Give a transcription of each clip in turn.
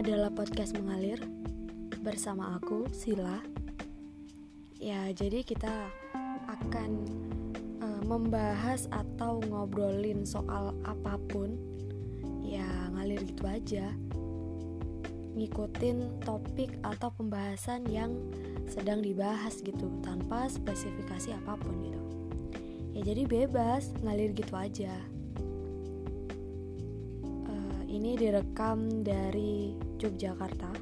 adalah podcast mengalir bersama aku, Sila. Ya, jadi kita akan membahas atau ngobrolin soal apapun. Ya, ngalir gitu aja. Ngikutin topik atau pembahasan yang sedang dibahas gitu, tanpa spesifikasi apapun gitu. Ya, jadi bebas, ngalir gitu aja. Ini direkam dari Yogyakarta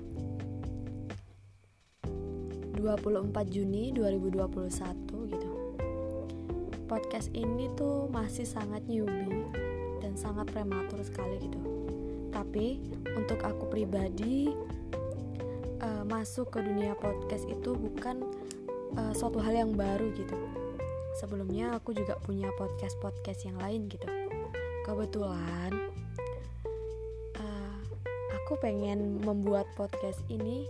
24 Juni 2021 gitu. Podcast ini tuh masih sangat newbie dan sangat prematur sekali gitu. Tapi untuk aku pribadi, masuk ke dunia podcast itu bukan suatu hal yang baru gitu. Sebelumnya aku juga punya podcast yang lain gitu. Kebetulan aku pengen membuat podcast ini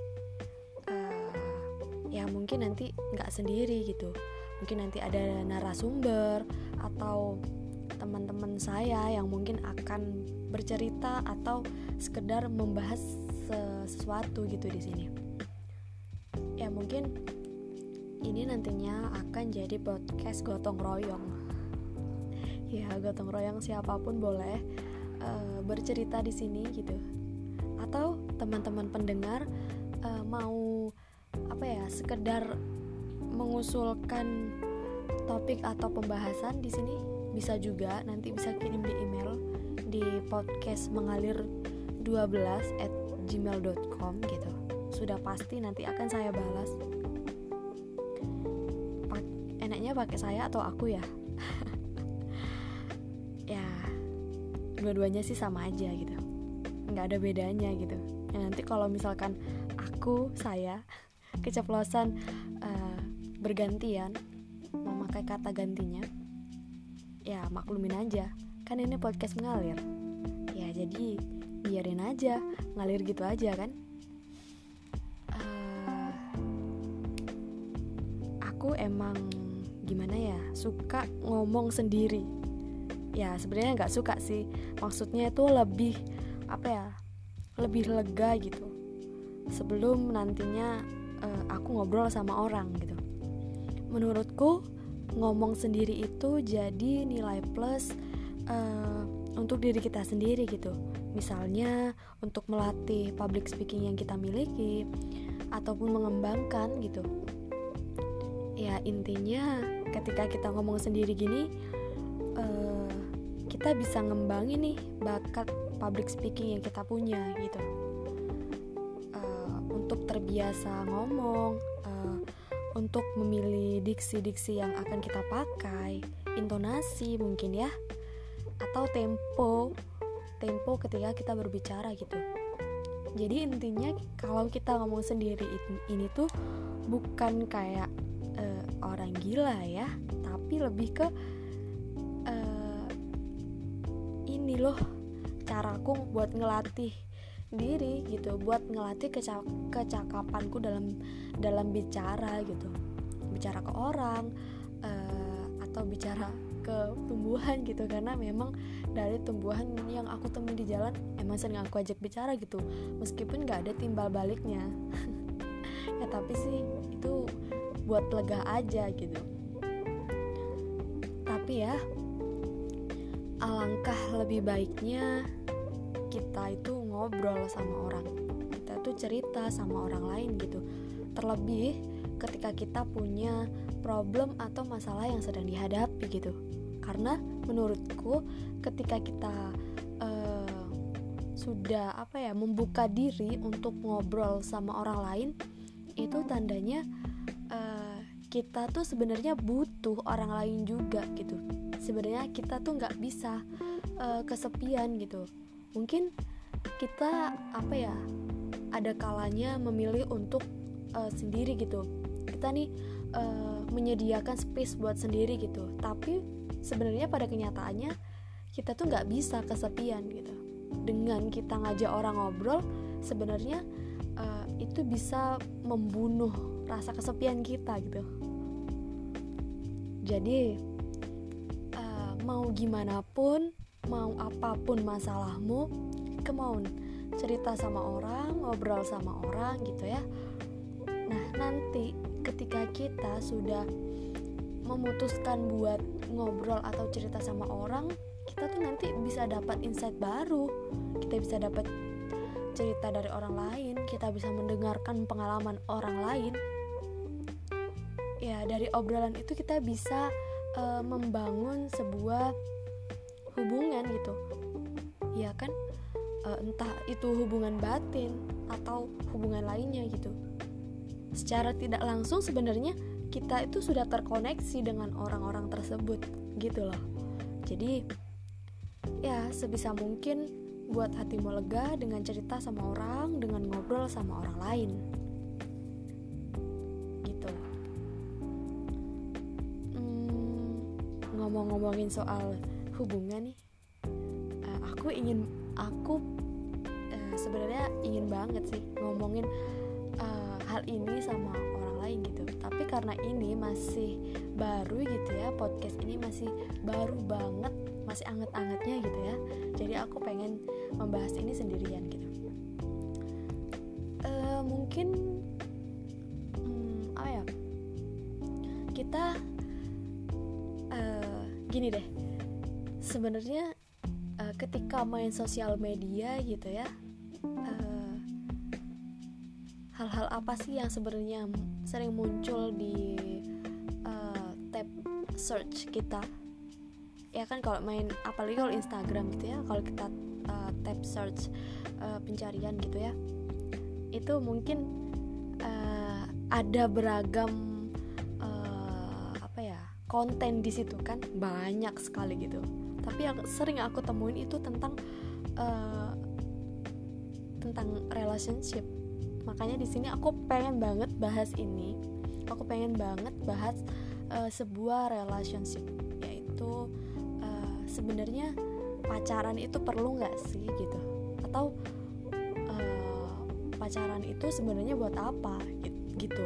ya mungkin nanti gak sendiri gitu. Mungkin nanti ada narasumber atau teman-teman saya yang mungkin akan bercerita atau sekedar membahas sesuatu gitu di sini. Ya mungkin ini nantinya akan jadi podcast gotong royong. Ya, gotong royong siapapun boleh bercerita di sini gitu. Atau teman-teman pendengar mau sekedar mengusulkan topik atau pembahasan di sini, bisa juga nanti bisa kirim di email di podcastmengalir12@gmail.com gitu. Sudah pasti nanti akan saya balas. Enaknya pakai saya atau aku ya? Ya, dua-duanya sih sama aja gitu. Nggak ada bedanya gitu. Ya, nanti kalau misalkan saya keceplosan bergantian memakai kata gantinya, ya maklumin aja, kan ini podcast mengalir. Ya jadi biarin aja, ngalir gitu aja kan. Aku emang gimana ya, suka ngomong sendiri. Ya sebenarnya nggak suka sih, maksudnya itu lebih lebih lega gitu sebelum nantinya aku ngobrol sama orang gitu. Menurutku ngomong sendiri itu jadi nilai plus untuk diri kita sendiri gitu. Misalnya untuk melatih public speaking yang kita miliki ataupun mengembangkan gitu. Ya intinya ketika kita ngomong sendiri gini, kita bisa ngembangin nih bakat public speaking yang kita punya gitu. Untuk terbiasa ngomong, untuk memilih diksi-diksi yang akan kita pakai, intonasi mungkin ya, atau tempo ketika kita berbicara gitu. Jadi intinya kalau kita ngomong sendiri ini tuh bukan kayak orang gila ya, tapi lebih ke ini loh caraku buat ngelatih diri gitu, buat ngelatih kecakapanku dalam bicara gitu, bicara ke orang atau bicara ke tumbuhan gitu, karena memang dari tumbuhan yang aku temui di jalan emang sering aku ajak bicara gitu, meskipun nggak ada timbal baliknya. Ya tapi sih itu buat lega aja gitu. Tapi ya alangkah lebih baiknya kita itu ngobrol sama orang, kita tuh cerita sama orang lain gitu. Terlebih ketika kita punya problem atau masalah yang sedang dihadapi gitu. Karena menurutku ketika kita sudah membuka diri untuk ngobrol sama orang lain, itu tandanya kita tuh sebenarnya butuh orang lain juga gitu. Sebenarnya kita tuh nggak bisa kesepian gitu. Mungkin kita ada kalanya memilih untuk sendiri gitu. Kita nih menyediakan space buat sendiri gitu. Tapi sebenarnya pada kenyataannya kita tuh nggak bisa kesepian gitu. Dengan kita ngajak orang ngobrol, sebenarnya itu bisa membunuh rasa kesepian kita gitu. Jadi mau gimana pun, mau apapun masalahmu, come on, cerita sama orang, ngobrol sama orang gitu ya. Nah, nanti ketika kita sudah memutuskan buat ngobrol atau cerita sama orang, kita tuh nanti bisa dapat insight baru. Kita bisa dapat cerita dari orang lain, kita bisa mendengarkan pengalaman orang lain. Ya, dari obrolan itu kita bisa membangun sebuah hubungan gitu. Ya kan? Entah itu hubungan batin atau hubungan lainnya gitu. Secara tidak langsung sebenarnya kita itu sudah terkoneksi dengan orang-orang tersebut gitu loh. Jadi ya sebisa mungkin buat hatimu lega dengan cerita sama orang, dengan ngobrol sama orang lain gitu. Ngomong-ngomongin soal hubungan nih, aku sebenarnya ingin banget sih ngomongin hal ini sama orang lain gitu. Tapi karena ini masih baru gitu ya, podcast ini masih baru banget, masih anget-angetnya gitu ya. Jadi aku pengen membahas ini sendirian gitu. Mungkin kita gini deh. Sebenarnya ketika main sosial media gitu ya, hal-hal apa sih yang sebenarnya sering muncul di tab search kita? Ya kan kalau main, apalagi kalau Instagram gitu ya, kalau kita tab search pencarian gitu ya, itu mungkin ada beragam konten di situ kan, banyak sekali gitu. Tapi yang sering aku temuin itu tentang relationship. Makanya di sini aku pengen banget bahas ini. Aku pengen banget bahas sebuah relationship, yaitu sebenarnya pacaran itu perlu nggak sih gitu? Atau pacaran itu sebenarnya buat apa gitu?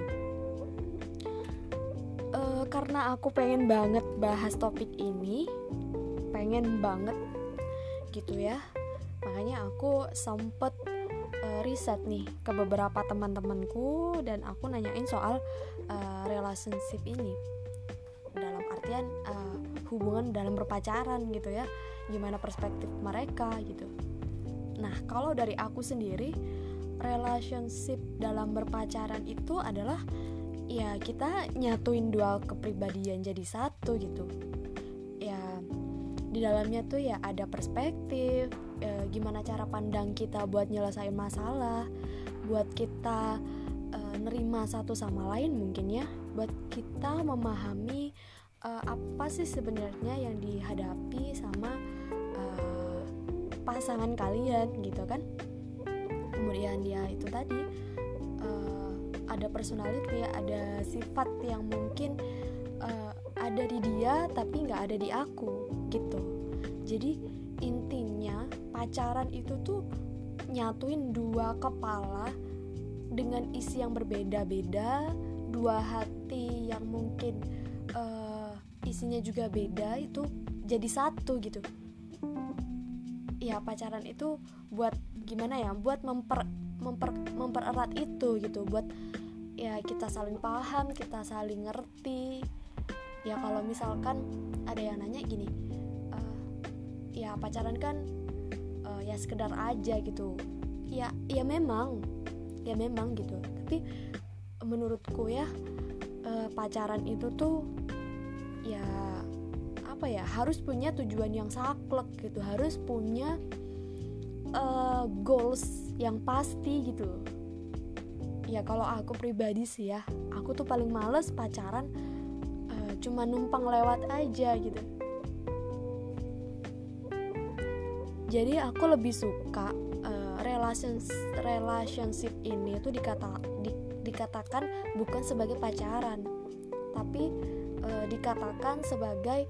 Karena aku pengen banget bahas topik ini, pengen banget gitu ya. Makanya aku sempet riset nih ke beberapa teman-temanku dan aku nanyain soal relationship ini, dalam artian hubungan dalam berpacaran gitu ya, gimana perspektif mereka gitu. Nah, kalau dari aku sendiri, relationship dalam berpacaran itu adalah ya kita nyatuin dua kepribadian jadi satu gitu. Ya di dalamnya tuh ya ada perspektif, gimana cara pandang kita buat nyelesain masalah, buat kita nerima satu sama lain mungkin ya, buat kita memahami apa sih sebenarnya yang dihadapi sama pasangan kalian gitu kan. Kemudian ya itu tadi ada personality, ada sifat yang mungkin ada di dia tapi nggak ada di aku gitu. Jadi intinya pacaran itu tuh nyatuin dua kepala dengan isi yang berbeda-beda, dua hati yang mungkin isinya juga beda, itu jadi satu gitu. Ya pacaran itu buat gimana ya, buat mempererat itu gitu, buat ya kita saling paham, kita saling ngerti. Ya kalau misalkan ada yang nanya gini, ya pacaran kan ya sekedar aja gitu. Ya memang gitu. Tapi menurutku ya pacaran itu tuh ya apa ya, harus punya tujuan yang saklek gitu, harus punya goals yang pasti gitu. Ya kalau aku pribadi sih ya, aku tuh paling males pacaran cuma numpang lewat aja gitu. Jadi aku lebih suka relationship ini tuh dikatakan bukan sebagai pacaran, tapi dikatakan sebagai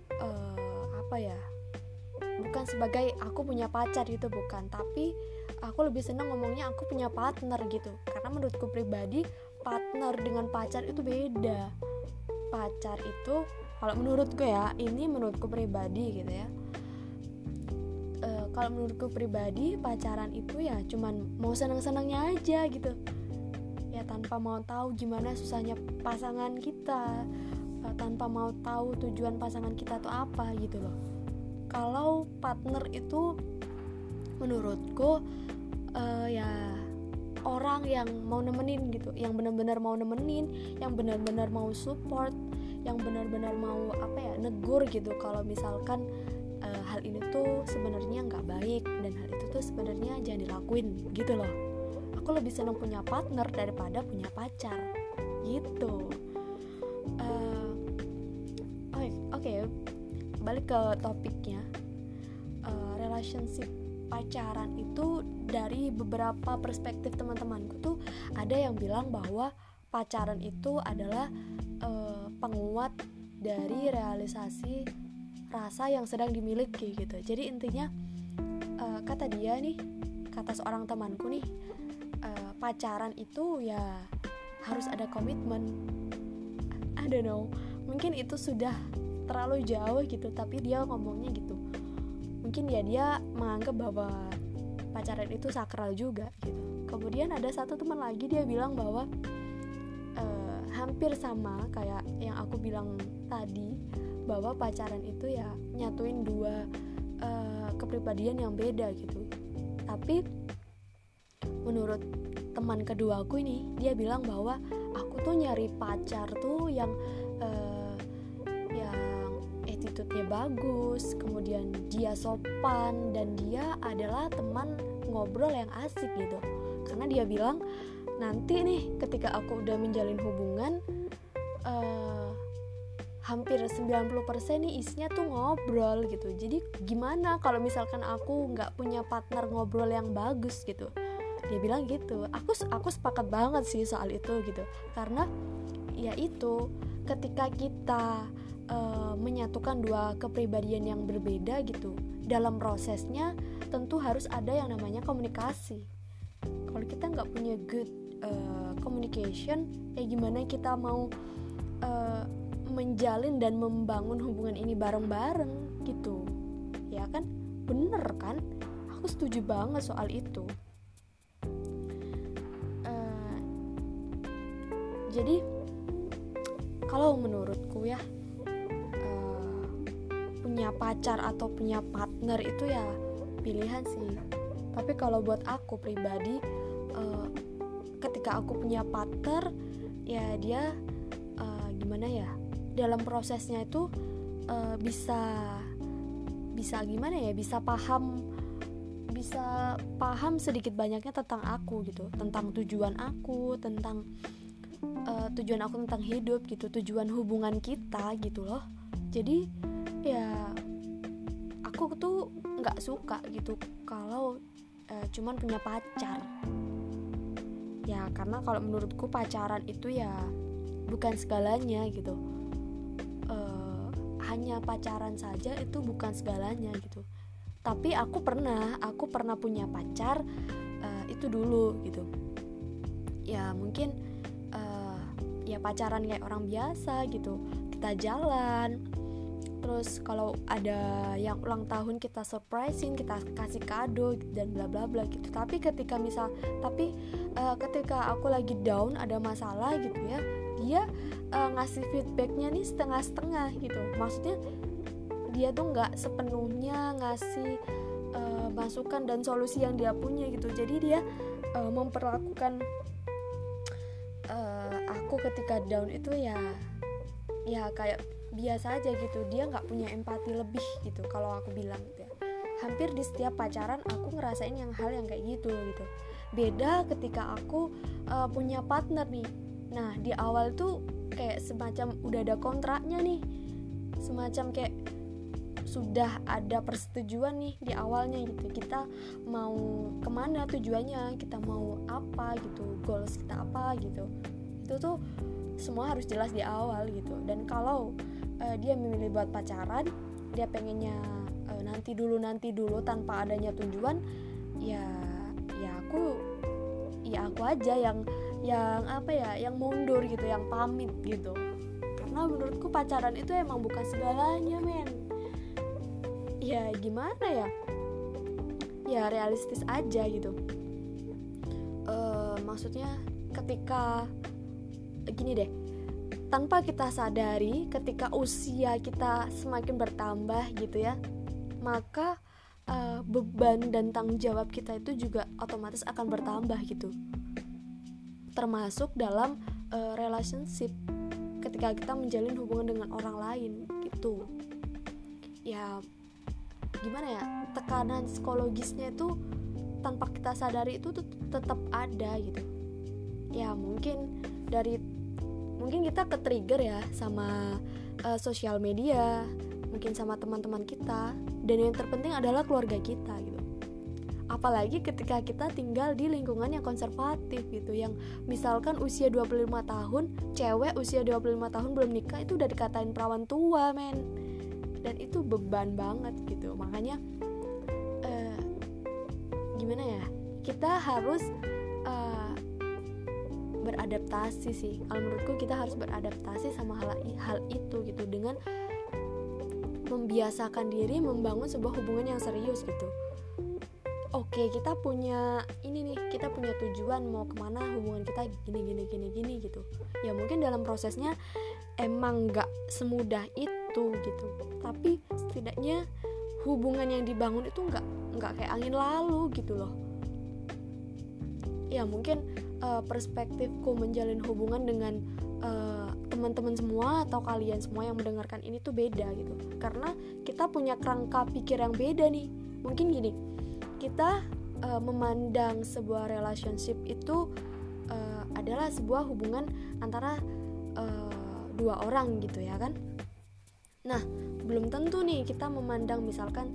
bukan sebagai aku punya pacar gitu, bukan, tapi aku lebih senang ngomongnya aku punya partner gitu. Karena menurutku pribadi partner dengan pacar itu beda. Pacar itu kalau menurutku ya, ini menurutku pribadi gitu ya, kalau menurutku pribadi pacaran itu ya cuman mau senang-senangnya aja gitu ya, tanpa mau tahu gimana susahnya pasangan kita, tanpa mau tahu tujuan pasangan kita tuh apa gitu loh. Kalau partner itu menurutku ya orang yang mau nemenin gitu, yang benar-benar mau nemenin, yang benar-benar mau support, yang benar-benar mau negur gitu kalau misalkan hal ini tuh sebenarnya nggak baik dan hal itu tuh sebenarnya jangan dilakuin gitu loh. Aku lebih senang punya partner daripada punya pacar gitu. Oke, balik ke topiknya. Relationship pacaran itu dari beberapa perspektif teman-temanku tuh ada yang bilang bahwa pacaran itu adalah penguat dari realisasi rasa yang sedang dimiliki gitu. Jadi intinya kata seorang temanku nih, pacaran itu ya harus ada komitmen. I don't know, mungkin itu sudah terlalu jauh gitu, tapi dia ngomongnya gitu. Mungkin ya dia menganggap bahwa pacaran itu sakral juga gitu. Kemudian ada satu teman lagi, dia bilang bahwa hampir sama kayak yang aku bilang tadi, bahwa pacaran itu ya nyatuin dua kepribadian yang beda gitu. Tapi menurut teman keduaku ini, dia bilang bahwa aku tuh nyari pacar tuh yang attitude-nya bagus, kemudian dia sopan, dan dia adalah teman ngobrol yang asik gitu. Karena dia bilang nanti nih ketika aku udah menjalin hubungan, hampir 90% nih isinya tuh ngobrol gitu. Jadi gimana kalau misalkan aku gak punya partner ngobrol yang bagus gitu. Dia bilang gitu. Aku sepakat banget sih soal itu gitu. Karena ya itu, ketika kita menyatukan dua kepribadian yang berbeda gitu, dalam prosesnya tentu harus ada yang namanya komunikasi. Kalau kita nggak punya good communication, ya gimana kita mau menjalin dan membangun hubungan ini bareng-bareng gitu, ya kan? Bener kan? Aku setuju banget soal itu. Jadi kalau menurutku ya, punya pacar atau punya partner itu ya pilihan sih. Tapi kalau buat aku pribadi, ketika aku punya partner, ya dia gimana ya, dalam prosesnya itu bisa gimana ya, bisa paham sedikit banyaknya tentang aku gitu, tentang tujuan aku, tentang tentang hidup gitu, tujuan hubungan kita gitu loh. Jadi ya aku tuh nggak suka gitu kalau cuman punya pacar ya, karena kalau menurutku pacaran itu ya bukan segalanya gitu. Hanya pacaran saja itu bukan segalanya gitu. Tapi aku pernah punya pacar itu dulu gitu ya, mungkin ya pacaran kayak orang biasa gitu, kita jalan, terus kalau ada yang ulang tahun kita surprisein, kita kasih kado dan bla bla bla gitu. Tapi ketika aku lagi down, ada masalah gitu ya, dia ngasih feedbacknya nih setengah-setengah gitu. Maksudnya dia tuh nggak sepenuhnya ngasih masukan dan solusi yang dia punya gitu. Jadi dia memperlakukan aku ketika down itu ya kayak biasa aja gitu. Dia nggak punya empati lebih gitu kalau aku bilang gitu ya. Hampir di setiap pacaran aku ngerasain hal yang kayak gitu. Beda ketika aku punya partner nih. Nah di awal tuh kayak semacam udah ada kontraknya nih, semacam kayak sudah ada persetujuan nih di awalnya gitu, kita mau kemana tujuannya, kita mau apa gitu, goals kita apa gitu. Itu tuh semua harus jelas di awal gitu. Dan kalau dia memilih buat pacaran, dia pengennya nanti dulu tanpa adanya tujuan, ya aku aja yang mundur gitu, yang pamit gitu. Karena menurutku pacaran itu emang bukan segalanya, men. Ya gimana ya, ya realistis aja gitu. Maksudnya ketika gini deh, tanpa kita sadari ketika usia kita semakin bertambah gitu ya, maka beban dan tanggung jawab kita itu juga otomatis akan bertambah gitu, termasuk dalam relationship ketika kita menjalin hubungan dengan orang lain gitu. Ya gimana ya, tekanan psikologisnya itu tanpa kita sadari itu tetap ada gitu. Ya mungkin kita ke-trigger ya sama sosial media, mungkin sama teman-teman kita, dan yang terpenting adalah keluarga kita gitu. Apalagi ketika kita tinggal di lingkungan yang konservatif gitu, yang misalkan usia 25 tahun, cewek usia 25 tahun belum nikah itu udah dikatain perawan tua, men. Dan itu beban banget gitu. Makanya gimana ya, kita harus beradaptasi sih. Kalau menurutku kita harus beradaptasi sama hal itu gitu, dengan membiasakan diri membangun sebuah hubungan yang serius gitu. Oke, kita punya kita punya tujuan mau kemana hubungan kita gini gitu. Ya mungkin dalam prosesnya emang gak semudah itu gitu, tapi setidaknya hubungan yang dibangun itu nggak kayak angin lalu gitu loh. Ya mungkin perspektifku menjalin hubungan dengan teman-teman semua atau kalian semua yang mendengarkan ini tuh beda gitu, karena kita punya kerangka pikir yang beda nih. Mungkin gini, kita memandang sebuah relationship itu adalah sebuah hubungan antara dua orang gitu ya kan. Nah, belum tentu nih kita memandang misalkan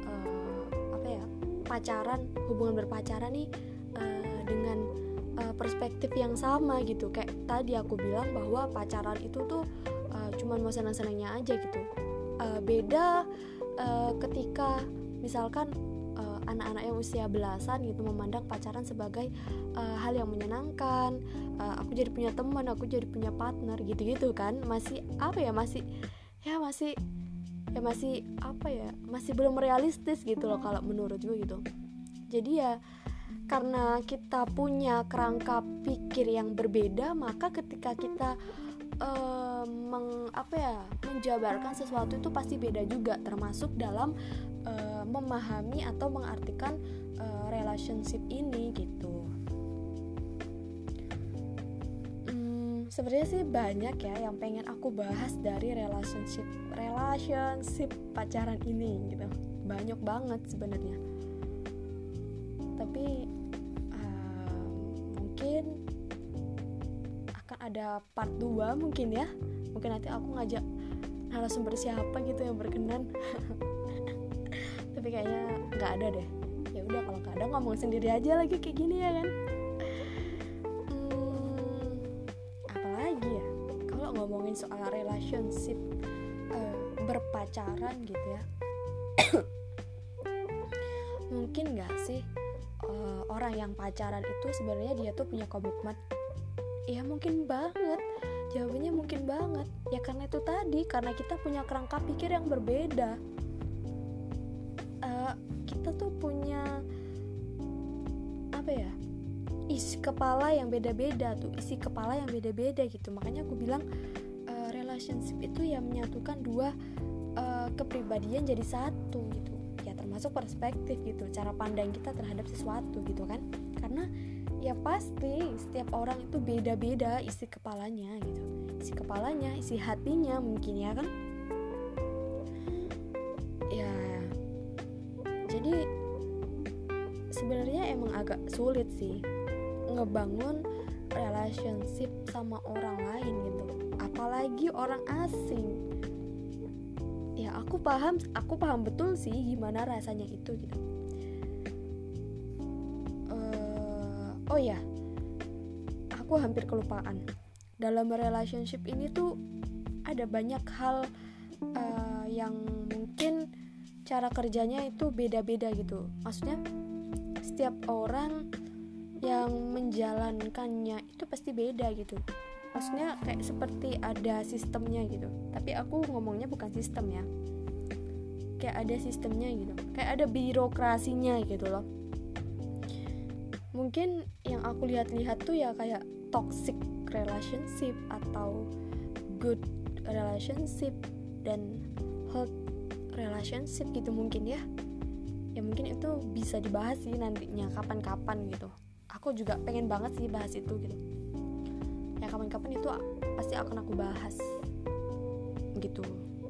pacaran, hubungan berpacaran nih dengan perspektif yang sama gitu. Kayak tadi aku bilang bahwa pacaran itu tuh cuman mau senang-senangnya aja gitu. Beda ketika misalkan anak-anak yang usia belasan gitu memandang pacaran sebagai hal yang menyenangkan. Aku jadi punya teman, aku jadi punya partner gitu-gitu kan. Masih belum realistis gitu loh kalau menurut gue gitu. Jadi ya karena kita punya kerangka pikir yang berbeda, maka ketika kita menjabarkan sesuatu itu pasti beda juga, termasuk dalam memahami atau mengartikan relationship ini gitu. Sebenarnya sih banyak ya yang pengen aku bahas dari relationship pacaran ini gitu. Banyak banget sebenarnya. Tapi mungkin akan ada part 2 mungkin ya. Mungkin nanti aku ngajak narasumber siapa gitu yang berkenan. Tapi kayaknya nggak ada deh. Ya udah, kalau nggak ada ngomong sendiri aja lagi kayak gini ya kan. Apalagi ya kalau ngomongin soal relationship berpacaran gitu ya. Mungkin nggak sih orang yang pacaran itu sebenarnya dia tuh punya komitmen? Ya mungkin banget. Jawabannya mungkin banget. Ya karena itu tadi, karena kita punya kerangka pikir yang berbeda. Kita tuh punya isi kepala yang beda-beda tuh, isi kepala yang beda-beda gitu. Makanya aku bilang relationship itu yang menyatukan dua kepribadian jadi satu gitu. Ya termasuk perspektif gitu, cara pandang kita terhadap sesuatu gitu kan. Karena ya pasti setiap orang itu beda-beda isi kepalanya gitu. Isi kepalanya, isi hatinya mungkin ya kan. Ya jadi sebenarnya emang agak sulit sih ngebangun relationship sama orang lain gitu, apalagi orang asing. Ya aku paham betul sih gimana rasanya itu gitu. Oh ya, aku hampir kelupaan. Dalam relationship ini tuh ada banyak hal yang mungkin cara kerjanya itu beda-beda gitu. Maksudnya setiap orang yang menjalankannya itu pasti beda gitu. Maksudnya kayak seperti ada sistemnya gitu. Tapi aku ngomongnya bukan sistem ya. kayak ada sistemnya gitu, kayak ada birokrasinya gitu loh. Mungkin yang aku lihat-lihat tuh ya kayak toxic relationship atau good relationship dan health relationship gitu mungkin ya. Ya mungkin itu bisa dibahas sih nantinya kapan-kapan gitu. Aku juga pengen banget sih bahas itu gitu. Ya kapan-kapan itu pasti akan aku bahas gitu.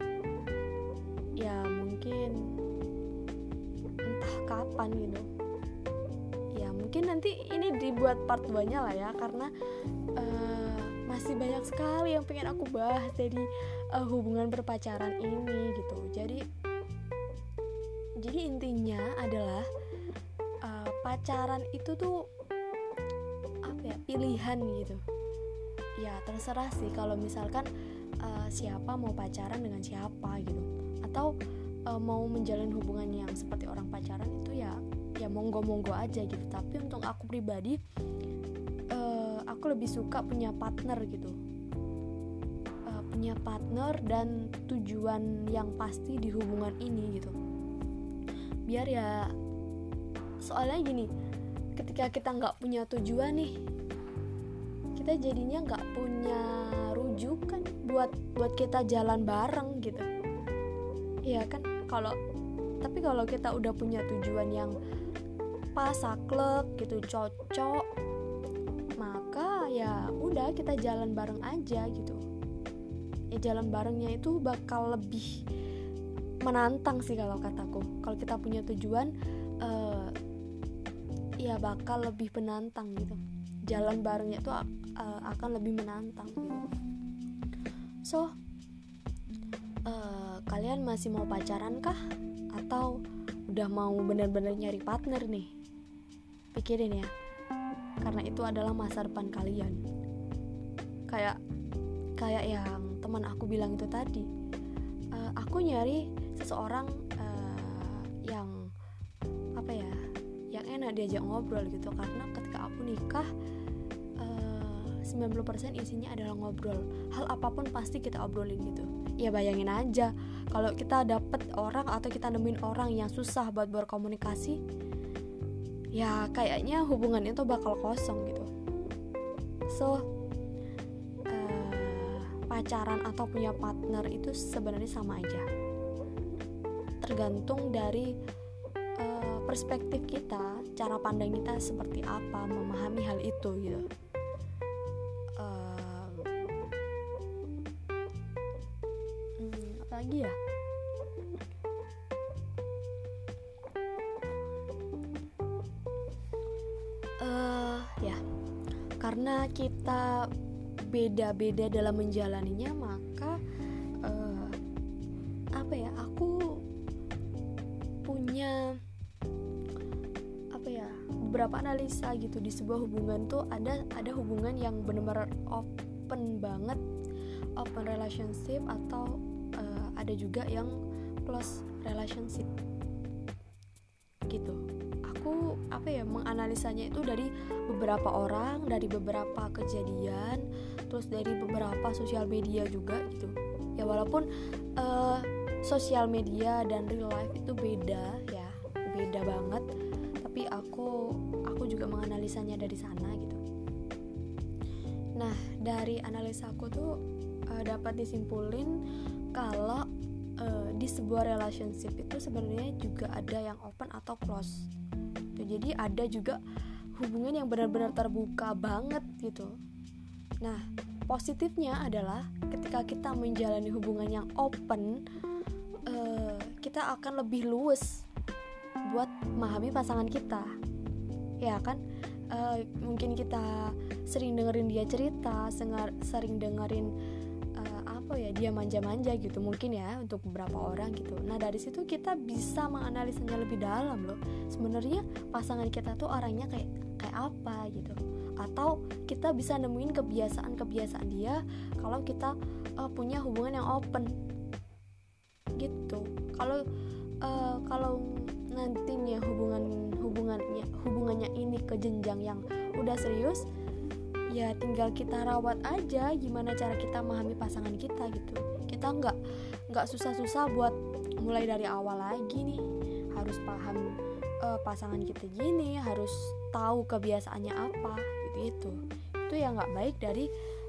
Ya mungkin entah kapan gitu. Ya mungkin nanti ini dibuat part 2-nya lah ya, karena masih banyak sekali yang pengen aku bahas dari hubungan berpacaran ini gitu. Jadi intinya adalah pacaran itu tuh apa ya, pilihan gitu. Ya terserah sih kalau misalkan siapa mau pacaran dengan siapa gitu, atau mau menjalin hubungan yang seperti orang pacaran itu ya monggo-monggo aja gitu. Tapi untuk aku pribadi aku lebih suka punya partner gitu, punya partner dan tujuan yang pasti di hubungan ini gitu. Biar ya, soalnya gini, ketika kita nggak punya tujuan nih, kita jadinya nggak punya rujukan buat kita jalan bareng gitu. Iya kan? Tapi kalau kita udah punya tujuan yang pas, saklek gitu, cocok, maka ya udah kita jalan bareng aja gitu. Ya jalan barengnya itu bakal lebih menantang sih kalau kataku. Kalau kita punya tujuan ya bakal lebih menantang gitu. Jalan barengnya itu akan lebih menantang gitu. So kalian masih mau pacaran kah? Atau udah mau benar-benar nyari partner nih? Pikirin ya, karena itu adalah masa depan kalian. Kayak yang teman aku bilang itu tadi, aku nyari seseorang yang apa ya, yang enak diajak ngobrol gitu. Karena ketika aku nikah 90% isinya adalah ngobrol. Hal apapun pasti kita obrolin gitu. Ya bayangin aja kalau kita dapet orang atau kita nemuin orang yang susah buat berkomunikasi, ya kayaknya hubungan itu bakal kosong gitu. So pacaran atau punya partner itu sebenarnya sama aja, tergantung dari perspektif kita, cara pandang kita seperti apa memahami hal itu gitu. Apa lagi ya? Ya, karena kita beda-beda dalam menjalaninya, maka apa ya, aku punya apa ya, beberapa analisa gitu. Di sebuah hubungan tuh ada hubungan yang benar-benar open banget, open relationship, atau ada juga yang close relationship gitu. Aku apa ya, menganalisanya itu dari beberapa orang, dari beberapa kejadian, terus dari beberapa sosial media juga gitu. Ya walaupun sosial media dan real life itu beda ya, beda banget, tapi aku juga menganalisanya dari sana gitu. Nah, dari analisa aku tuh dapat disimpulin kalau di sebuah relationship itu sebenarnya juga ada yang open atau close. Jadi ada juga hubungan yang benar-benar terbuka banget gitu. Nah, positifnya adalah ketika kita menjalani hubungan yang open, kita akan lebih luwes buat memahami pasangan kita, ya kan? Mungkin kita sering dengerin dia cerita, sering dengerin dia manja-manja gitu mungkin ya untuk beberapa orang gitu. Nah dari situ kita bisa menganalisanya lebih dalam loh, sebenarnya pasangan kita tuh orangnya kayak apa gitu. Atau kita bisa nemuin kebiasaan dia kalau kita punya hubungan yang open gitu. Kalau nantinya hubungannya ini ke jenjang yang udah serius, ya tinggal kita rawat aja gimana cara kita memahami pasangan kita gitu. Kita nggak susah-susah buat mulai dari awal lagi nih. Harus paham pasangan kita gini, harus tahu kebiasaannya apa gitu. Itu yang nggak baik dari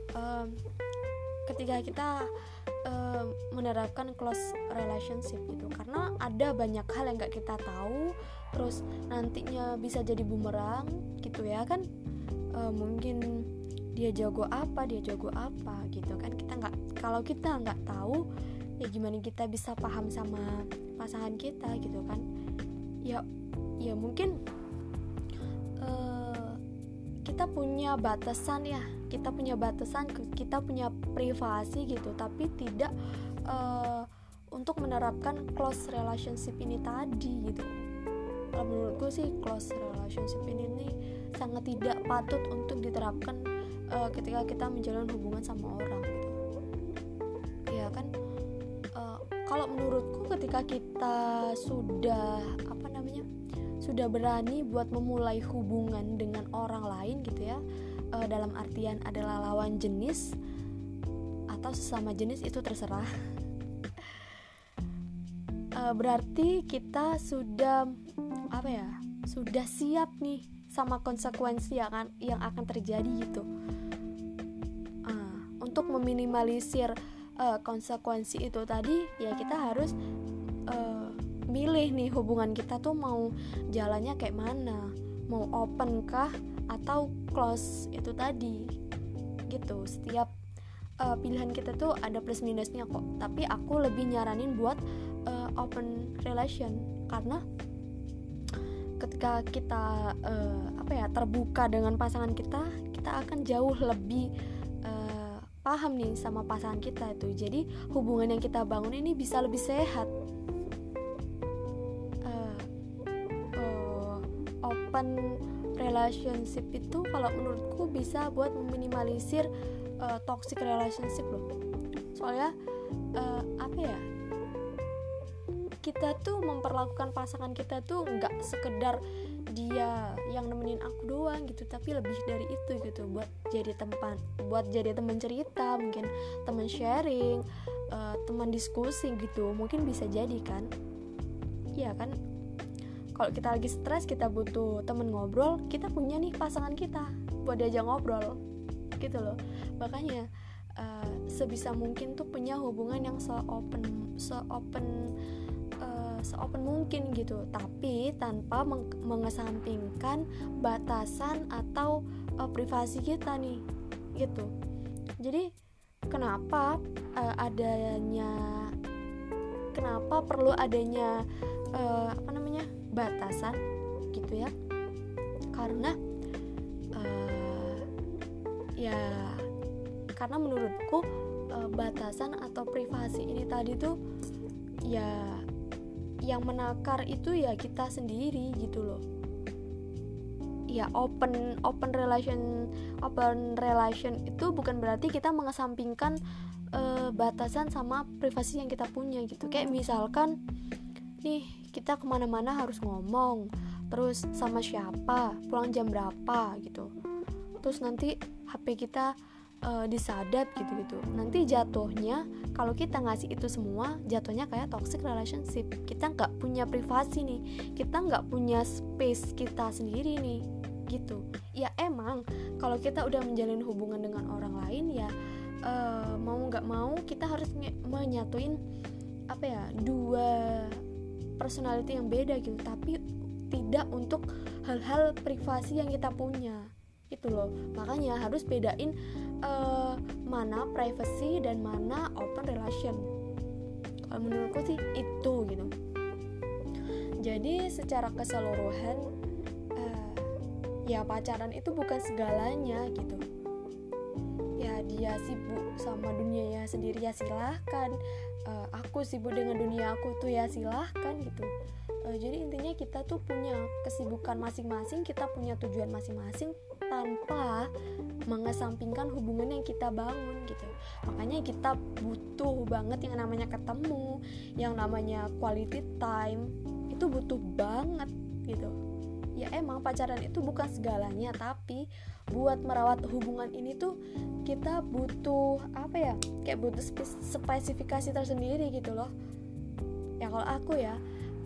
ketika kita menerapkan close relationship gitu, karena ada banyak hal yang nggak kita tahu, terus nantinya bisa jadi bumerang gitu ya kan. Mungkin dia jago apa gitu kan, kalau kita nggak tahu ya gimana kita bisa paham sama pasangan kita gitu kan. Ya mungkin kita punya batasan, kita punya privasi gitu, tapi tidak untuk menerapkan close relationship ini tadi gitu. Kalau menurutku sih close relationship ini sangat tidak patut untuk diterapkan ketika kita menjalin hubungan sama orang gitu. Ya kan, kalau menurutku ketika kita sudah berani buat memulai hubungan dengan orang lain gitu ya, dalam artian adalah lawan jenis atau sesama jenis, itu terserah. Berarti kita sudah siap nih sama konsekuensi yang akan terjadi gitu. Untuk meminimalisir konsekuensi itu tadi, ya kita harus milih nih hubungan kita tuh mau jalannya kayak mana, mau open kah atau close itu tadi gitu. Setiap pilihan kita tuh ada plus minusnya kok, tapi aku lebih nyaranin buat open relation, karena ketika kita terbuka dengan pasangan kita akan jauh lebih paham nih sama pasangan kita itu. Jadi hubungan yang kita bangun ini bisa lebih sehat. Open relationship itu kalau menurutku bisa buat meminimalisir toxic relationship loh. Soalnya kita tuh memperlakukan pasangan kita tuh nggak sekedar dia yang nemenin aku doang gitu, tapi lebih dari itu gitu, buat jadi teman cerita, mungkin teman sharing, teman diskusi gitu, mungkin bisa jadi kan. Iya kan, kalau kita lagi stres, kita butuh teman ngobrol, kita punya nih pasangan kita buat diajak ngobrol gitu loh. Makanya sebisa mungkin tuh punya hubungan yang se-open mungkin gitu, tapi tanpa mengesampingkan batasan atau privasi kita nih gitu. Jadi kenapa perlu adanya batasan gitu ya? Karena karena menurutku batasan atau privasi ini tadi tuh ya yang menakar itu ya kita sendiri gitu loh. Ya open relation itu bukan berarti kita mengesampingkan batasan sama privasi yang kita punya gitu. Kayak misalkan nih kita kemana-mana harus ngomong, terus sama siapa, pulang jam berapa gitu, terus nanti HP kita disadap gitu. Nanti jatuhnya kalau kita ngasih itu semua, jatuhnya kayak toxic relationship. Kita nggak punya privasi nih, kita nggak punya space kita sendiri nih gitu. Ya emang kalau kita udah menjalin hubungan dengan orang lain ya mau nggak mau kita harus menyatuin dua personality yang beda gitu, tapi tidak untuk hal-hal privasi yang kita punya gitu loh. Makanya harus bedain mana privacy dan mana open relation. Kalau menurutku sih itu gitu. Jadi secara keseluruhan ya pacaran itu bukan segalanya gitu. Ya dia sibuk sama dunianya sendiri ya silahkan, aku sibuk dengan dunia aku tuh ya silahkan gitu. Jadi intinya kita tuh punya kesibukan masing-masing, kita punya tujuan masing-masing tanpa mengesampingkan hubungan yang kita bangun gitu. Makanya kita butuh banget yang namanya ketemu, yang namanya quality time, itu butuh banget gitu. ya emang pacaran itu bukan segalanya, tapi buat merawat hubungan ini tuh kita butuh kayak butuh spesifikasi tersendiri gitu loh. Ya kalau aku ya,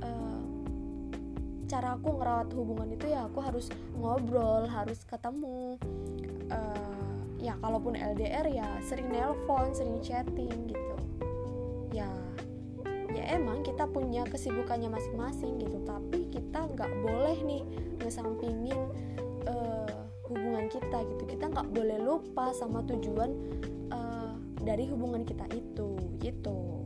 cara aku ngerawat hubungan itu ya aku harus ngobrol, harus ketemu, ya kalaupun LDR ya sering nelpon, sering chatting gitu. Ya emang kita punya kesibukannya masing-masing gitu, tapi kita nggak boleh nih ngesampingin hubungan kita gitu. Kita nggak boleh lupa sama tujuan dari hubungan kita itu gitu.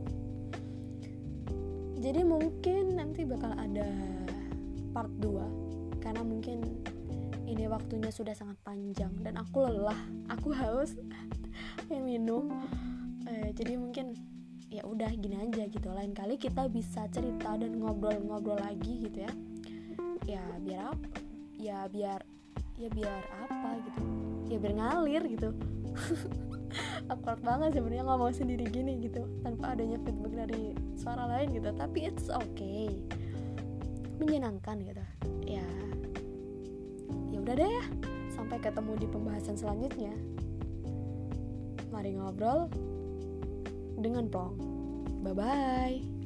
Jadi mungkin nanti bakal ada part 2 karena mungkin ini waktunya sudah sangat panjang dan aku lelah, aku haus pengen minum. Jadi mungkin ya udah gini aja gitu, lain kali kita bisa cerita dan ngobrol-ngobrol lagi gitu ya. Ya biar apa gitu, ya biar ngalir gitu. Awkward banget sebenarnya ngomong sendiri gini gitu tanpa adanya feedback dari suara lain gitu, tapi it's okay, menyenangkan gitu. Ya udah deh ya, sampai ketemu di pembahasan selanjutnya. Mari ngobrol dengan Plong. Bye bye.